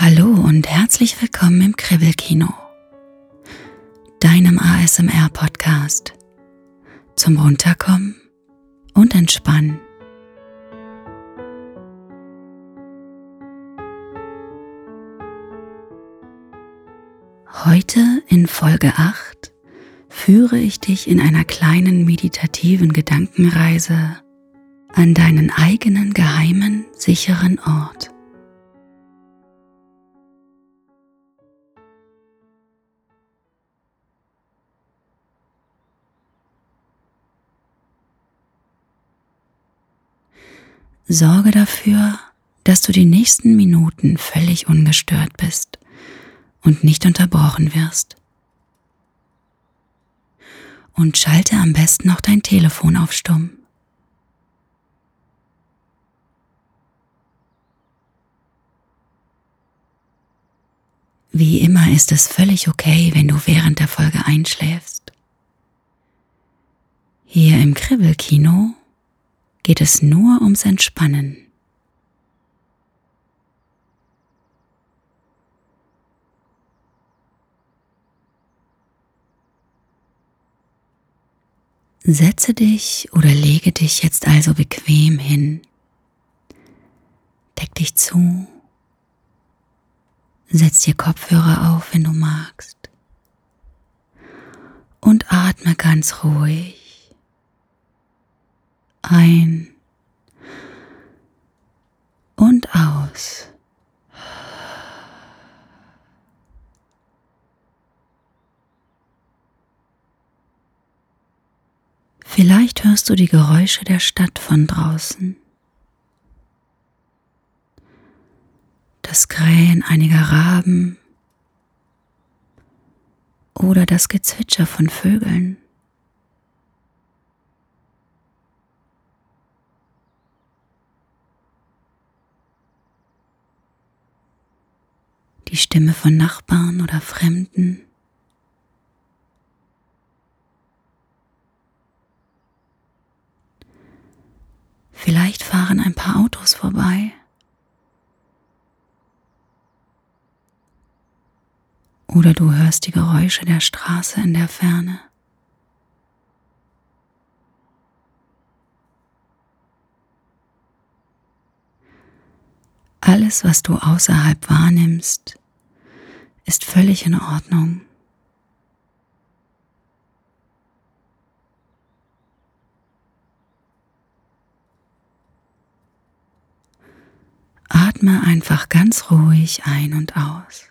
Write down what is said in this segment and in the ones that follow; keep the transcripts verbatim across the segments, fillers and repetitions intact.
Hallo und herzlich willkommen im Kribbelkino, deinem A S M R-Podcast zum Runterkommen und Entspannen. Heute in Folge acht führe ich dich in einer kleinen meditativen Gedankenreise an deinen eigenen geheimen, sicheren Ort. Sorge dafür, dass du die nächsten Minuten völlig ungestört bist und nicht unterbrochen wirst. Und schalte am besten noch dein Telefon auf Stumm. Wie immer ist es völlig okay, wenn du während der Folge einschläfst. Hier im Kribbelkino geht es nur ums Entspannen. Setze dich oder lege dich jetzt also bequem hin. Deck dich zu. Setz dir Kopfhörer auf, wenn du magst. Und atme ganz ruhig ein und aus. Vielleicht hörst du die Geräusche der Stadt von draußen. Das Krähen einiger Raben oder das Gezwitscher von Vögeln. Die Stimme von Nachbarn oder Fremden. Vielleicht fahren ein paar Autos vorbei. Oder du hörst die Geräusche der Straße in der Ferne. Alles, was du außerhalb wahrnimmst, ist völlig in Ordnung. Atme einfach ganz ruhig ein und aus.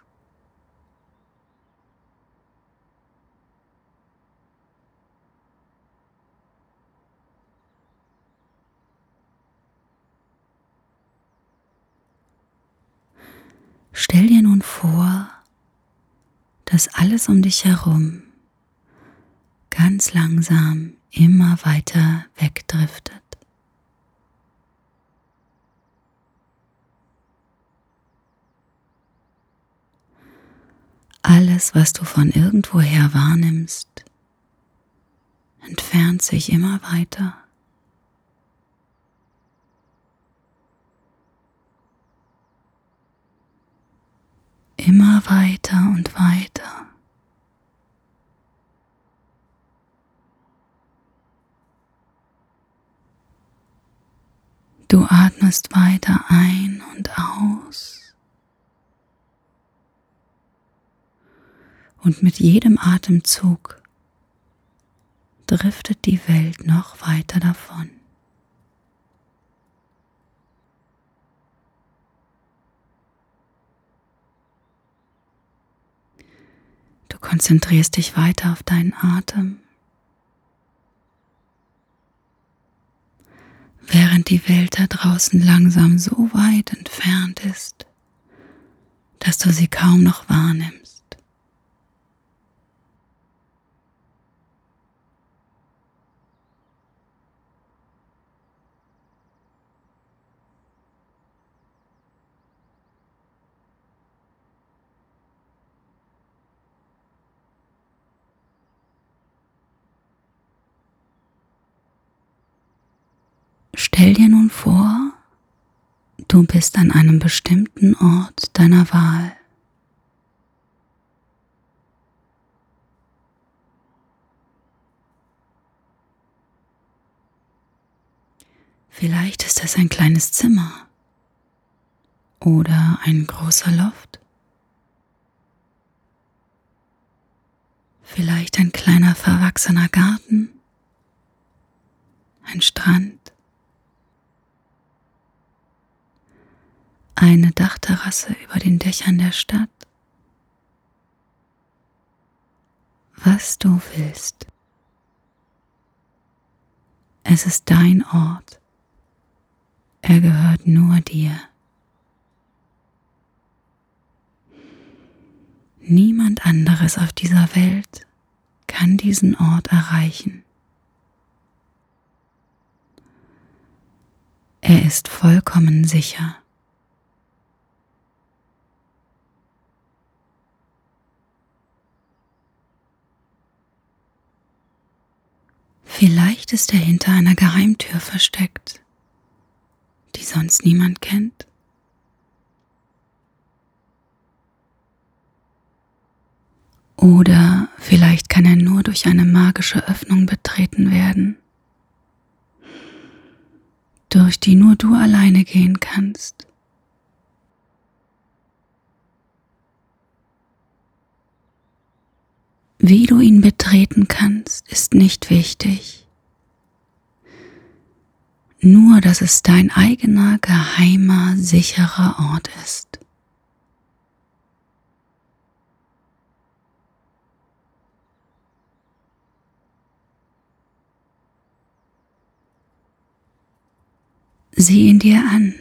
Stell dir nun vor, dass alles um dich herum ganz langsam immer weiter wegdriftet. Alles, was du von irgendwoher wahrnimmst, entfernt sich immer weiter. Immer weiter und weiter. Du atmest weiter ein und aus. Und mit jedem Atemzug driftet die Welt noch weiter davon. Du konzentrierst dich weiter auf deinen Atem, während die Welt da draußen langsam so weit entfernt ist, dass du sie kaum noch wahrnimmst. Stell dir nun vor, Du bist an einem bestimmten Ort deiner Wahl. Vielleicht ist es ein kleines Zimmer oder ein großer Loft. Vielleicht ein kleiner verwachsener Garten, ein Strand, eine Dachterrasse über den Dächern der Stadt. Was du willst. Es ist dein Ort. Er gehört nur dir. Niemand anderes auf dieser Welt kann diesen Ort erreichen. Er ist vollkommen sicher. Vielleicht ist er hinter einer Geheimtür versteckt, die sonst niemand kennt. Oder vielleicht kann er nur durch eine magische Öffnung betreten werden, durch die nur du alleine gehen kannst. Wie du ihn betreten kannst, ist nicht wichtig. Nur, dass es dein eigener, geheimer, sicherer Ort ist. Sieh ihn dir an.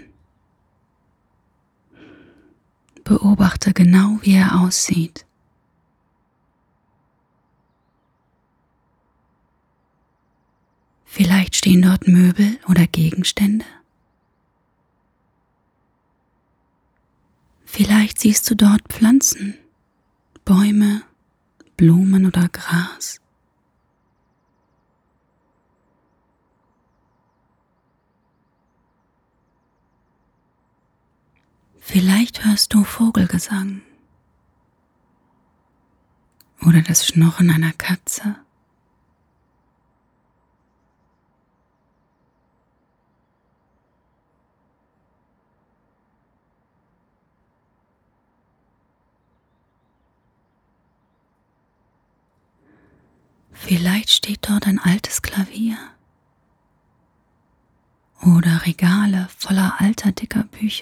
Beobachte genau, wie er aussieht. Vielleicht stehen dort Möbel oder Gegenstände. Vielleicht siehst du dort Pflanzen, Bäume, Blumen oder Gras. Vielleicht hörst du Vogelgesang oder das Schnurren einer Katze. Vielleicht steht dort ein altes Klavier oder Regale voller alter, dicker Bücher.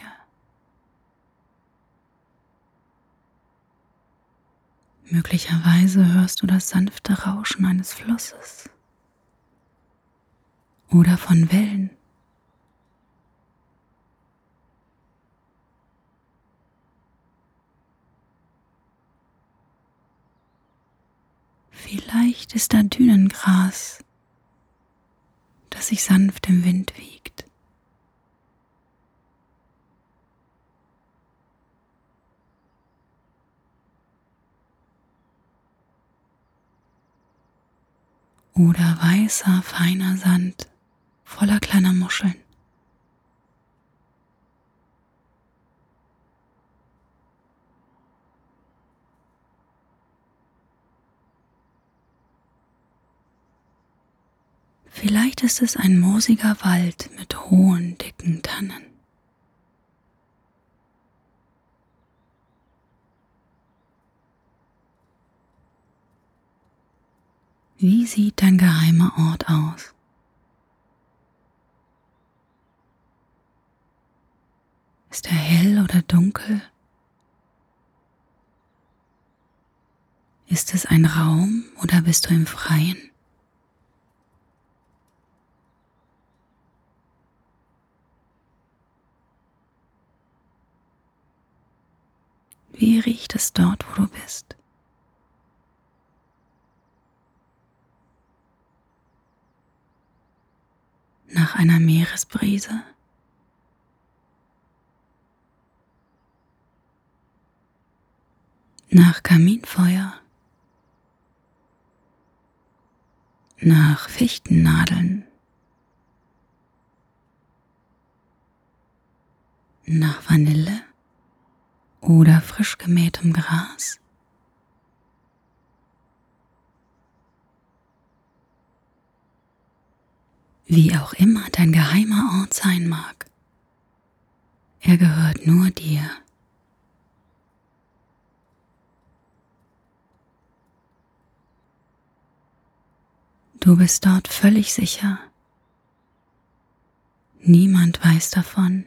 Möglicherweise hörst du das sanfte Rauschen eines Flusses oder von Wellen. Vielleicht ist da Dünengras, das sich sanft im Wind wiegt. Oder weißer, feiner Sand voller kleiner Muscheln. Vielleicht ist es ein moosiger Wald mit hohen, dicken Tannen. Wie sieht dein geheimer Ort aus? Ist er hell oder dunkel? Ist es ein Raum oder bist du im Freien? Wie riecht es dort, wo du bist? Nach einer Meeresbrise? Nach Kaminfeuer? Nach Fichtennadeln? nach Vanille oder frisch gemähtem Gras? Wie auch immer dein geheimer Ort sein mag, er gehört nur dir. Du bist dort völlig sicher. Niemand weiß davon.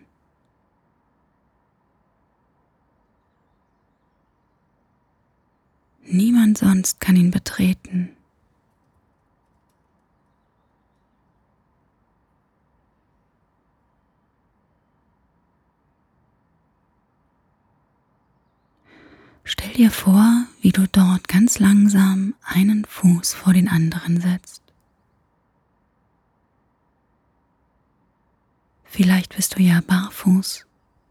Niemand sonst kann ihn betreten. Stell dir vor, wie du dort ganz langsam einen Fuß vor den anderen setzt. Vielleicht bist du ja barfuß.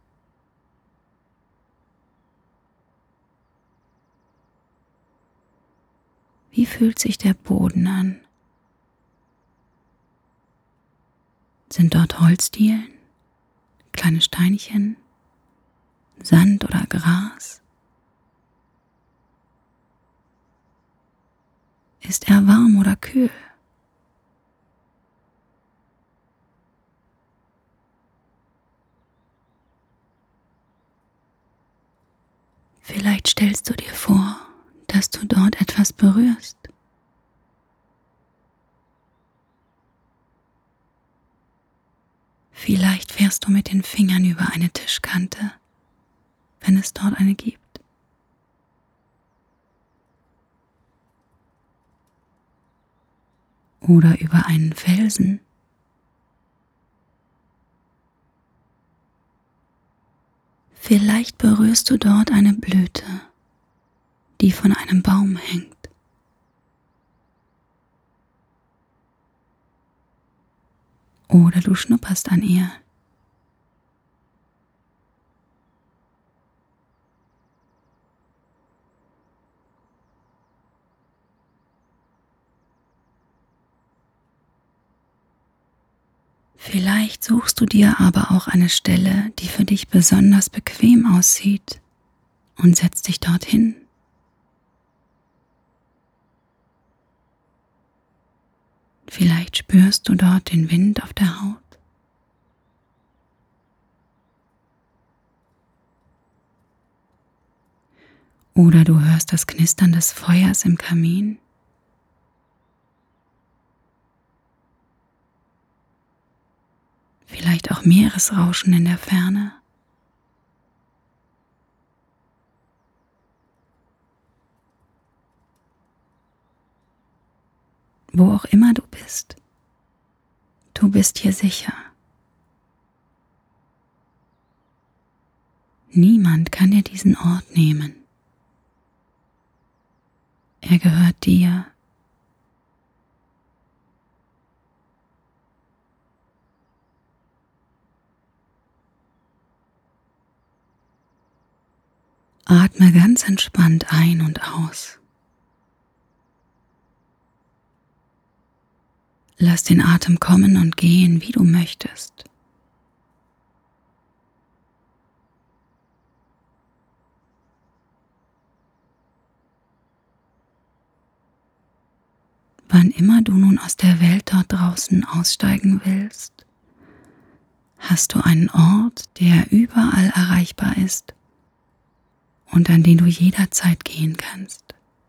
Wie fühlt sich der Boden an? Sind dort Holzdielen, kleine Steinchen, Sand oder Gras? Ist er warm oder kühl? Vielleicht stellst du dir vor, dass du dort etwas berührst. Vielleicht fährst du mit den Fingern über eine Tischkante, wenn es dort eine gibt. Oder über einen Felsen. Vielleicht berührst du dort eine Blüte, die von einem Baum hängt. Oder du schnupperst an ihr. Vielleicht suchst du dir aber auch eine Stelle, die für dich besonders bequem aussieht, und setzt dich dorthin. Vielleicht spürst du dort den Wind auf der Haut. Oder du hörst das Knistern des Feuers im Kamin. Vielleicht auch Meeresrauschen in der Ferne. Wo auch immer du bist, du bist hier sicher. Niemand kann dir diesen Ort nehmen. Er gehört dir. Atme ganz entspannt ein und aus. Lass den Atem kommen und gehen, wie du möchtest. Wann immer du nun aus der Welt dort draußen aussteigen willst, hast du einen Ort, der überall erreichbar ist und an den du jederzeit gehen kannst.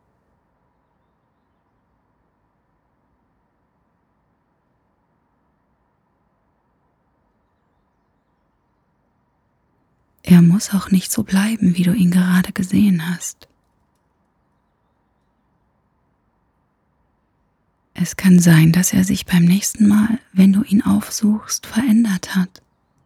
Er muss auch nicht so bleiben, wie du ihn gerade gesehen hast. Es kann sein, dass er sich beim nächsten Mal, wenn du ihn aufsuchst, verändert hat.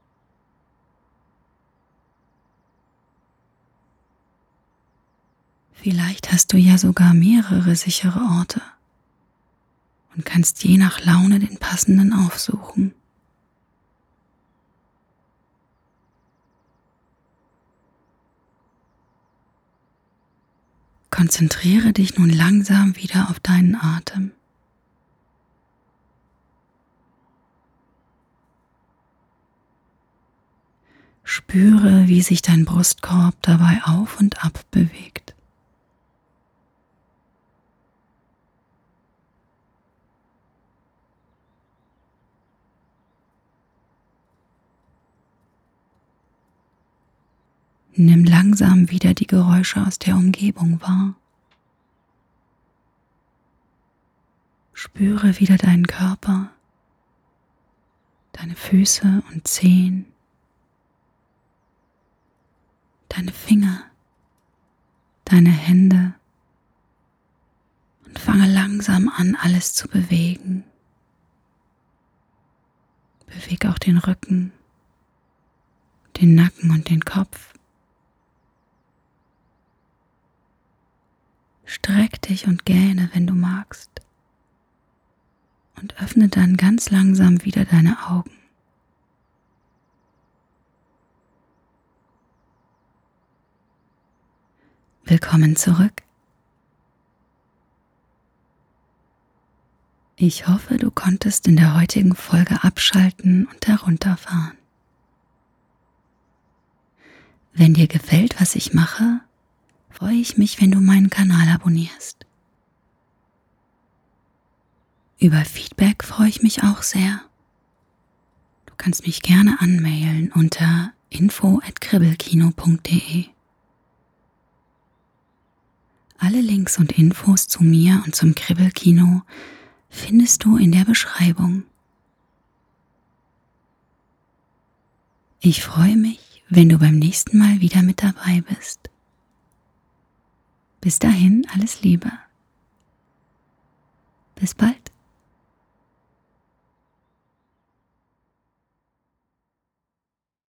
Vielleicht hast du ja sogar mehrere sichere Orte und kannst je nach Laune den passenden aufsuchen. Konzentriere dich nun langsam wieder auf deinen Atem. Spüre, wie sich dein Brustkorb dabei auf und ab bewegt. Nimm langsam wieder die Geräusche aus der Umgebung wahr. Spüre wieder deinen Körper, deine Füße und Zehen, deine Finger, deine Hände und fange langsam an, alles zu bewegen. Bewege auch den Rücken, den Nacken und den Kopf. Streck dich und gähne, wenn du magst. Und öffne dann ganz langsam wieder deine Augen. Willkommen zurück. Ich hoffe, du konntest in der heutigen Folge abschalten und herunterfahren. Wenn dir gefällt, was ich mache, freue ich mich, wenn du meinen Kanal abonnierst. Über Feedback freue ich mich auch sehr. Du kannst mich gerne anmailen unter info at kribbelkino punkt de. Alle Links und Infos zu mir und zum Kribbelkino findest du in der Beschreibung. Ich freue mich, wenn du beim nächsten Mal wieder mit dabei bist. Bis dahin, alles Liebe. Bis bald.